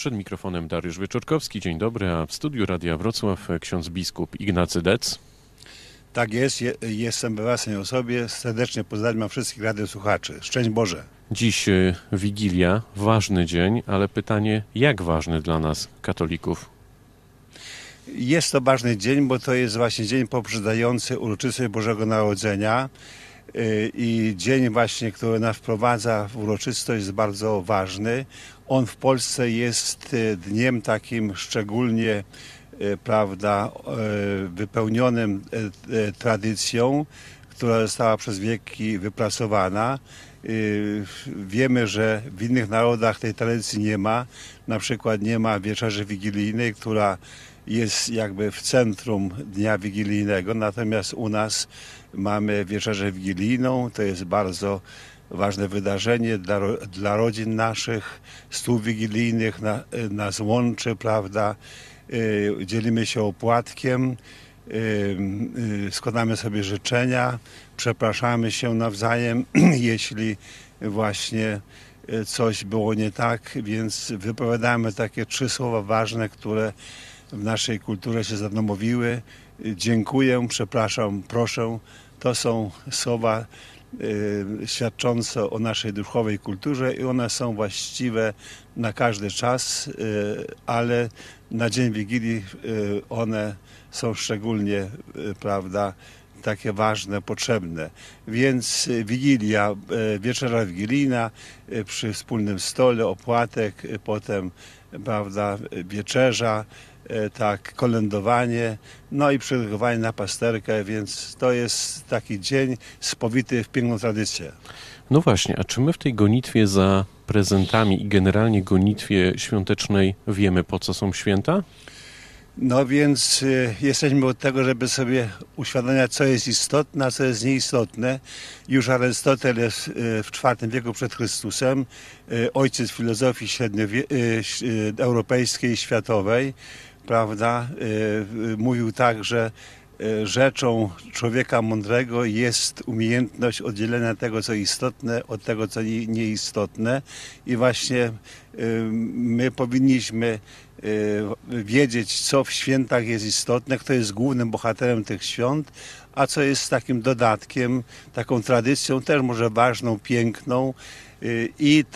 Przed mikrofonem Dariusz Wieczorkowski. Dzień dobry, a w studiu Radia Wrocław ksiądz biskup Ignacy Dec. Tak jest, jestem we własnej osobie. Serdecznie pozdrawiam wszystkich radiosłuchaczy. Szczęść Boże. Dziś Wigilia, ważny dzień, ale pytanie, jak ważny dla nas, katolików? Jest to ważny dzień, bo to jest właśnie dzień poprzedzający uroczystość Bożego Narodzenia i dzień właśnie, który nas wprowadza w uroczystość, jest bardzo ważny. On w Polsce jest dniem takim szczególnie, prawda, wypełnionym tradycją, która została przez wieki wypracowana. Wiemy, że w innych narodach tej tradycji nie ma. Na przykład nie ma wieczerzy wigilijnej, która jest jakby w centrum dnia wigilijnego, natomiast u nas mamy wieczerzę wigilijną. To jest bardzo ważne wydarzenie dla rodzin naszych, stół wigilijnych nas łączy, prawda? Dzielimy się opłatkiem, składamy sobie życzenia, przepraszamy się nawzajem, jeśli właśnie coś było nie tak, więc wypowiadamy takie 3 słowa ważne, które w naszej kulturze się zanomowiły. Dziękuję, przepraszam, proszę. To są słowa świadczące o naszej duchowej kulturze i one są właściwe na każdy czas, ale na dzień Wigilii one są szczególnie, prawda, takie ważne, potrzebne. Więc Wigilia, wieczera wigilijna przy wspólnym stole, opłatek, potem, prawda, wieczerza, tak, kolędowanie, no i przygotowanie na pasterkę, więc to jest taki dzień spowity w piękną tradycję. No właśnie, a czy my w tej gonitwie za prezentami i generalnie gonitwie świątecznej wiemy, po co są święta? No więc jesteśmy od tego, żeby sobie uświadamiać, co jest istotne, a co jest nieistotne. Już Arystoteles w IV wieku przed Chrystusem, ojciec filozofii europejskiej i światowej, prawda, mówił tak, że rzeczą człowieka mądrego jest umiejętność oddzielenia tego, co istotne, od tego, co nieistotne. I właśnie my powinniśmy wiedzieć, co w świętach jest istotne, kto jest głównym bohaterem tych świąt, a co jest takim dodatkiem, taką tradycją też może ważną, piękną. I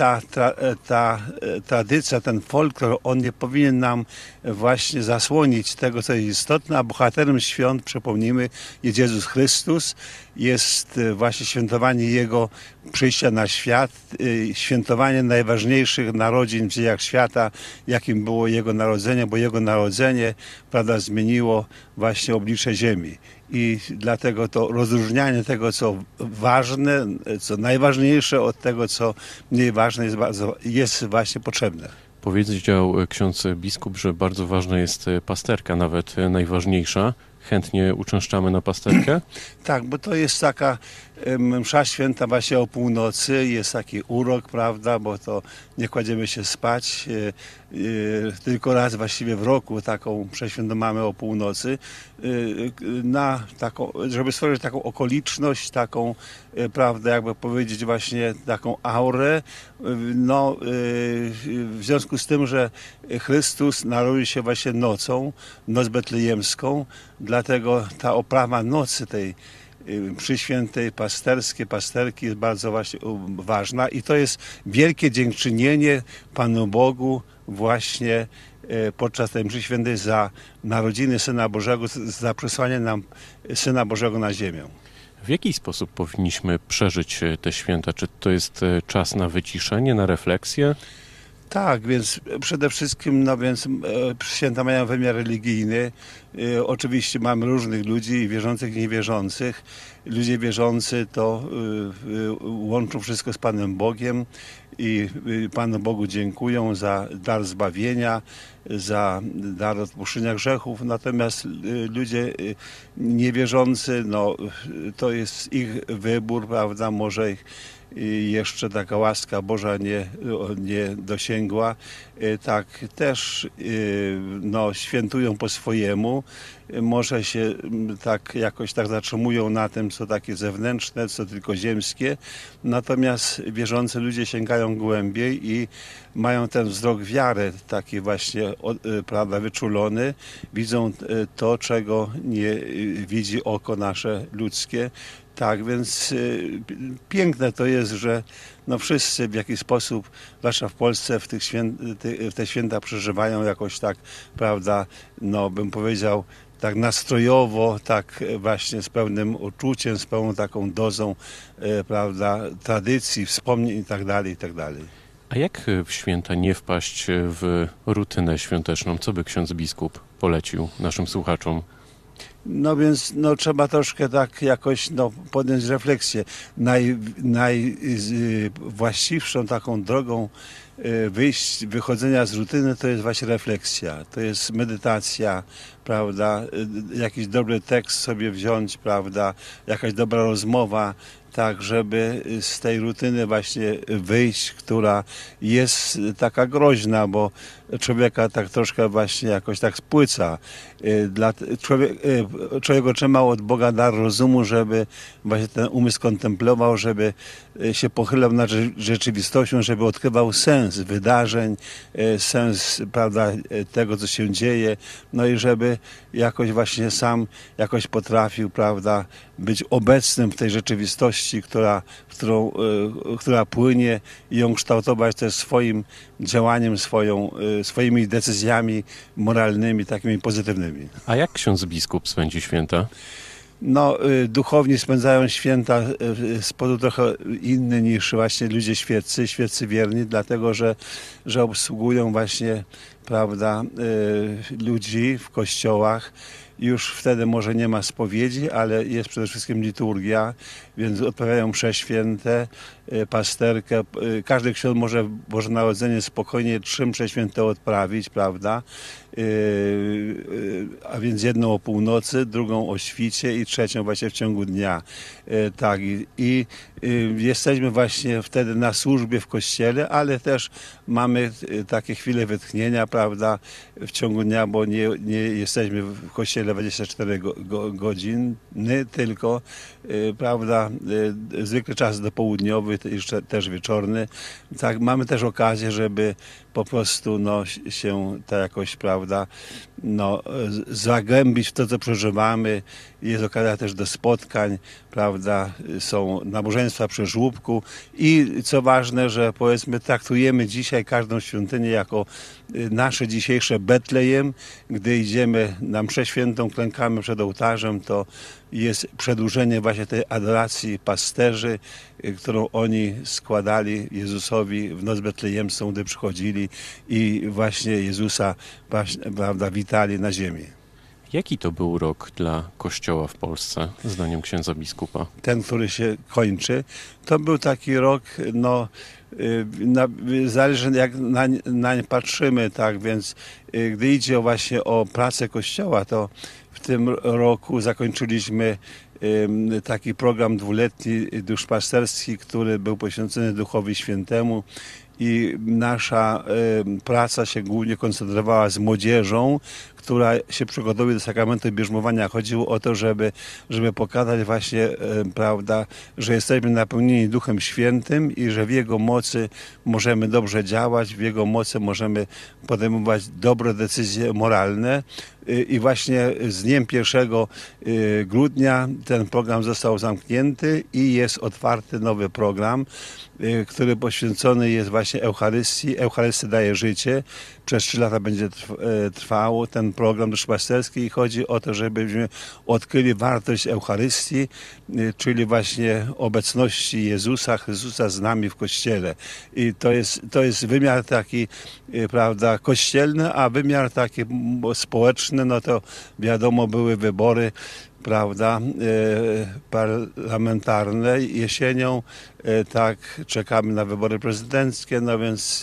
ta tradycja, ten folklor, on nie powinien nam właśnie zasłonić tego, co jest istotne, a bohaterem świąt, przypomnijmy, jest Jezus Chrystus, jest właśnie świętowanie Jego przyjścia na świat, świętowanie najważniejszych narodzin w dziejach świata, jakim było Jego narodzenie, bo Jego narodzenie, prawda, zmieniło właśnie oblicze ziemi. I dlatego to rozróżnianie tego, co ważne, co najważniejsze od tego, co mniej ważne, jest właśnie potrzebne. Powiedział ksiądz biskup, że bardzo ważna jest pasterka, nawet najważniejsza. Chętnie uczęszczamy na pasterkę? Tak, bo to jest taka msza święta właśnie o północy, jest taki urok, prawda, bo to nie kładziemy się spać, tylko raz właściwie w roku taką mszę świętą mamy o północy, na taką, żeby stworzyć taką okoliczność, taką, prawda, jakby powiedzieć właśnie taką aurę, no w związku z tym, że Chrystus narodził się właśnie nocą, noc betlejemską, dlatego ta oprawa nocy tej mszy świętej pasterki jest bardzo właśnie ważna i to jest wielkie dziękczynienie Panu Bogu właśnie podczas tej mszy świętej za narodziny Syna Bożego, za przesłanie nam Syna Bożego na ziemię. W jaki sposób powinniśmy przeżyć te święta? Czy to jest czas na wyciszenie, na refleksję? Tak, więc przede wszystkim, no więc święta mają wymiar religijny. Oczywiście mamy różnych ludzi, wierzących i niewierzących. Ludzie wierzący to łączą wszystko z Panem Bogiem i Panu Bogu dziękują za dar zbawienia, za dar odpuszczenia grzechów. Natomiast ludzie niewierzący, no to jest ich wybór, prawda, może ich i jeszcze taka łaska Boża nie dosięgła, tak też no, świętują po swojemu. Może się tak jakoś tak zatrzymują na tym, co takie zewnętrzne, co tylko ziemskie. Natomiast wierzący ludzie sięgają głębiej i mają ten wzrok wiary, taki właśnie, prawda, wyczulony. Widzą to, czego nie widzi oko nasze ludzkie. Tak, więc piękne to jest, że no wszyscy w jakiś sposób, zwłaszcza w Polsce, w te święta przeżywają jakoś tak, prawda, no bym powiedział, tak nastrojowo, tak właśnie z pełnym uczuciem, z pełną taką dozą, prawda, tradycji, wspomnień i tak dalej, i tak dalej. A jak w święta nie wpaść w rutynę świąteczną? Co by ksiądz biskup polecił naszym słuchaczom? No więc no, trzeba troszkę tak jakoś no, podjąć refleksję. Najwłaściwszą taką drogą wychodzenia z rutyny to jest właśnie refleksja, to jest medytacja, prawda, jakiś dobry tekst sobie wziąć, prawda, jakaś dobra rozmowa, tak, żeby z tej rutyny właśnie wyjść, która jest taka groźna, bo człowieka tak troszkę właśnie jakoś tak spłyca. Człowiek otrzymał od Boga dar rozumu, żeby właśnie ten umysł kontemplował, żeby się pochylał nad rzeczywistością, żeby odkrywał sens wydarzeń, sens, prawda, tego, co się dzieje, no i żeby jakoś właśnie sam jakoś potrafił, prawda, być obecnym w tej rzeczywistości, która płynie i ją kształtować też swoim działaniem, swoimi decyzjami moralnymi, takimi pozytywnymi. A jak ksiądz biskup spędzi święta? No, duchowni spędzają święta w sposób trochę inny niż właśnie ludzie świeccy wierni, dlatego że obsługują właśnie, prawda, ludzi w kościołach. Już wtedy może nie ma spowiedzi, ale jest przede wszystkim liturgia, więc odprawiają msze święte, pasterkę. Każdy ksiądz może w Boże Narodzenie spokojnie 3 msze święte odprawić, prawda? A więc jedną o północy, drugą o świcie i trzecią właśnie w ciągu dnia. Tak, i jesteśmy właśnie wtedy na służbie w kościele, ale też mamy takie chwile wytchnienia, prawda, w ciągu dnia, bo nie jesteśmy w kościele 24 godziny, tylko, prawda, zwykle czas dopołudniowy, jeszcze też wieczorny. Tak, mamy też okazję, żeby po prostu no, się tak jakoś, prawda, no, zagłębić w to, co przeżywamy. Jest okazja też do spotkań, prawda, są nabożeństwa przy żłóbku i co ważne, że powiedzmy traktujemy dzisiaj każdą świątynię jako nasze dzisiejsze Betlejem. Gdy idziemy na mszę świętą, klękamy przed ołtarzem, to jest przedłużenie właśnie tej adoracji pasterzy, którą oni składali Jezusowi w noc betlejemską, gdy przychodzili i właśnie Jezusa, prawda, witali na ziemi. Jaki to był rok dla Kościoła w Polsce, zdaniem księdza biskupa? Ten, który się kończy, to był taki rok, no, zależy jak nań patrzymy, tak, więc gdy idzie właśnie o pracę Kościoła, to w tym roku zakończyliśmy taki program 2-letni duszpasterski, który był poświęcony Duchowi Świętemu i nasza praca się głównie koncentrowała z młodzieżą, która się przygotowuje do sakramentu bierzmowania. Chodziło o to, żeby pokazać właśnie, prawda, że jesteśmy napełnieni Duchem Świętym i że w Jego mocy możemy dobrze działać, w Jego mocy możemy podejmować dobre decyzje moralne. I właśnie z dniem 1 grudnia ten program został zamknięty i jest otwarty nowy program, który poświęcony jest właśnie Eucharystii. Eucharystia daje życie. Przez 3 lata będzie trwał ten program duszpasterski i chodzi o to, żebyśmy odkryli wartość Eucharystii, czyli właśnie obecności Jezusa, Chrystusa z nami w Kościele. I to jest wymiar taki, prawda, kościelny, a wymiar taki społeczny, no to wiadomo, były wybory, prawda, parlamentarne jesienią tak, czekamy na wybory prezydenckie, no więc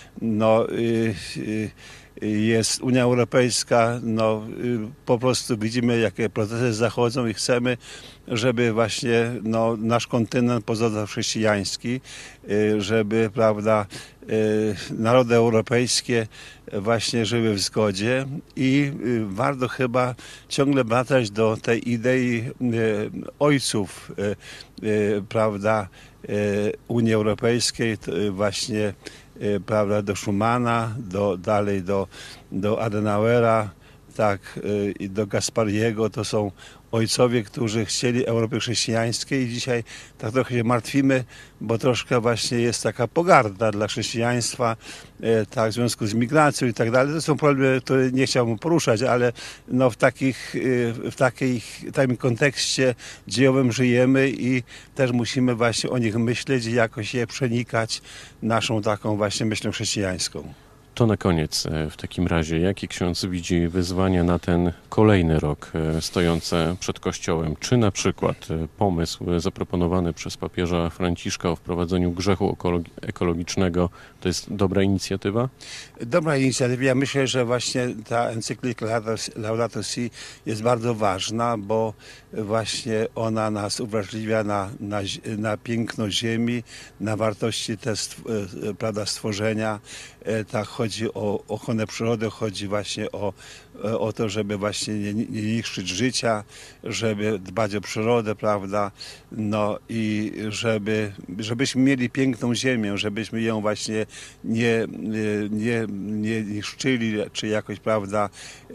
jest Unia Europejska, po prostu widzimy, jakie procesy zachodzą i chcemy, żeby właśnie nasz kontynent pozostał chrześcijański, żeby, prawda, narody europejskie właśnie żyły w zgodzie i warto chyba ciągle wracać do tej idei ojców, prawda, Unii Europejskiej, właśnie, prawda, do Schumana, dalej do Adenauera, tak, i do Gaspariego. To są ojcowie, którzy chcieli Europy chrześcijańskiej i dzisiaj tak trochę się martwimy, bo troszkę właśnie jest taka pogarda dla chrześcijaństwa, tak, w związku z migracją i tak dalej. To są problemy, które nie chciałbym poruszać, ale w takim kontekście dziejowym żyjemy i też musimy właśnie o nich myśleć i jakoś je przenikać naszą taką właśnie myślą chrześcijańską. To na koniec w takim razie, jakie ksiądz widzi wyzwania na ten kolejny rok stojące przed Kościołem? Czy na przykład pomysł zaproponowany przez papieża Franciszka o wprowadzeniu grzechu ekologicznego to jest dobra inicjatywa? Dobra inicjatywa. Ja myślę, że właśnie ta encyklika Laudato Si jest bardzo ważna, bo właśnie ona nas uwrażliwia na piękno ziemi, na wartości te, prawda, stworzenia. Tak, chodzi o ochronę przyrody, chodzi właśnie o to, żeby właśnie nie niszczyć życia, żeby dbać o przyrodę, prawda, i żebyśmy mieli piękną ziemię, żebyśmy ją właśnie nie niszczyli, czy jakoś, prawda,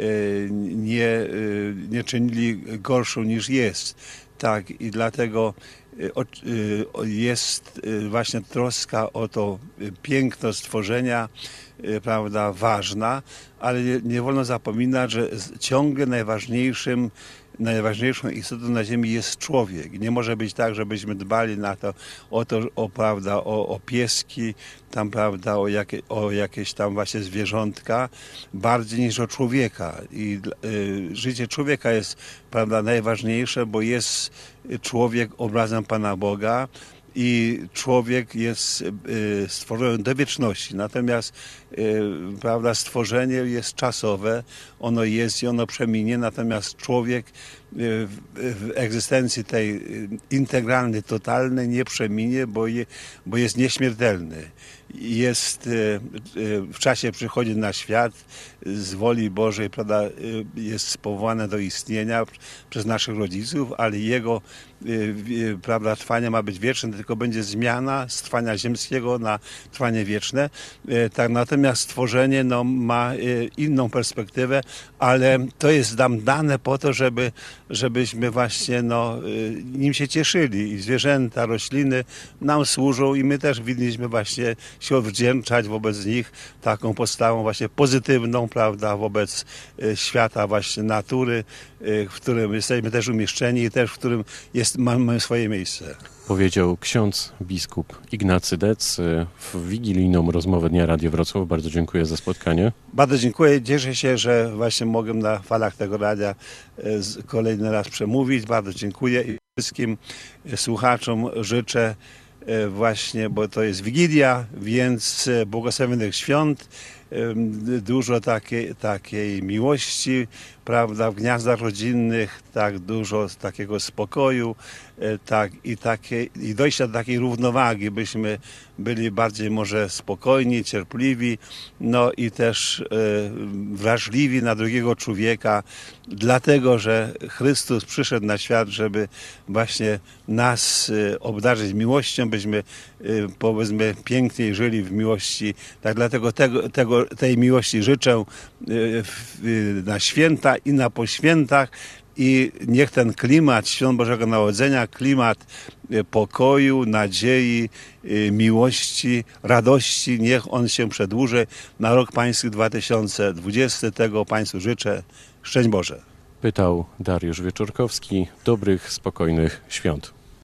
nie czynili gorszą niż jest. Tak, i dlatego jest właśnie troska o to piękno stworzenia, prawda, ważna, ale nie wolno zapominać, że ciągle najważniejszą istotą na ziemi jest człowiek. Nie może być tak, żebyśmy dbali o pieski, tam, prawda, o jakieś tam właśnie zwierzątka, bardziej niż o człowieka. I życie człowieka jest, prawda, najważniejsze, bo jest człowiek obrazem Pana Boga. I człowiek jest stworzony do wieczności. Natomiast, prawda, stworzenie jest czasowe, ono jest i ono przeminie, natomiast człowiek w egzystencji tej integralnej, totalnej nie przeminie, bo jest nieśmiertelny. W czasie przychodzi na świat z woli Bożej, prawda, jest powołany do istnienia przez naszych rodziców, ale jego, prawda, trwanie ma być wieczne, tylko będzie zmiana z trwania ziemskiego na trwanie wieczne. Tak, natomiast stworzenie ma inną perspektywę, ale to jest nam dane po to, żebyśmy właśnie nim się cieszyli. I zwierzęta, rośliny nam służą i my też winniśmy właśnie się odwdzięczać wobec nich taką postawą właśnie pozytywną, prawda, wobec świata właśnie natury, w którym jesteśmy też umieszczeni i też w którym mamy swoje miejsce. Powiedział ksiądz biskup Ignacy Dec w wigilijną rozmowę Dnia Radio Wrocław. Bardzo dziękuję za spotkanie. Bardzo dziękuję. Cieszę się, że właśnie mogłem na falach tego radia kolejny raz przemówić. Bardzo dziękuję i wszystkim słuchaczom życzę właśnie, bo to jest Wigilia, więc błogosławionych świąt, dużo takiej miłości, prawda, w gniazdach rodzinnych, tak, dużo takiego spokoju, tak, i dojścia do takiej równowagi, byśmy byli bardziej może spokojni, cierpliwi, i też wrażliwi na drugiego człowieka, dlatego, że Chrystus przyszedł na świat, żeby właśnie nas obdarzyć miłością, byśmy, powiedzmy, piękniej żyli w miłości. Tak, dlatego tej miłości życzę na święta i na poświętach i niech ten klimat Świąt Bożego Narodzenia, klimat pokoju, nadziei, miłości, radości, niech on się przedłuży na rok pański 2020. Tego Państwu życzę. Szczęść Boże. Pytał Dariusz Wieczorkowski. Dobrych, spokojnych świąt.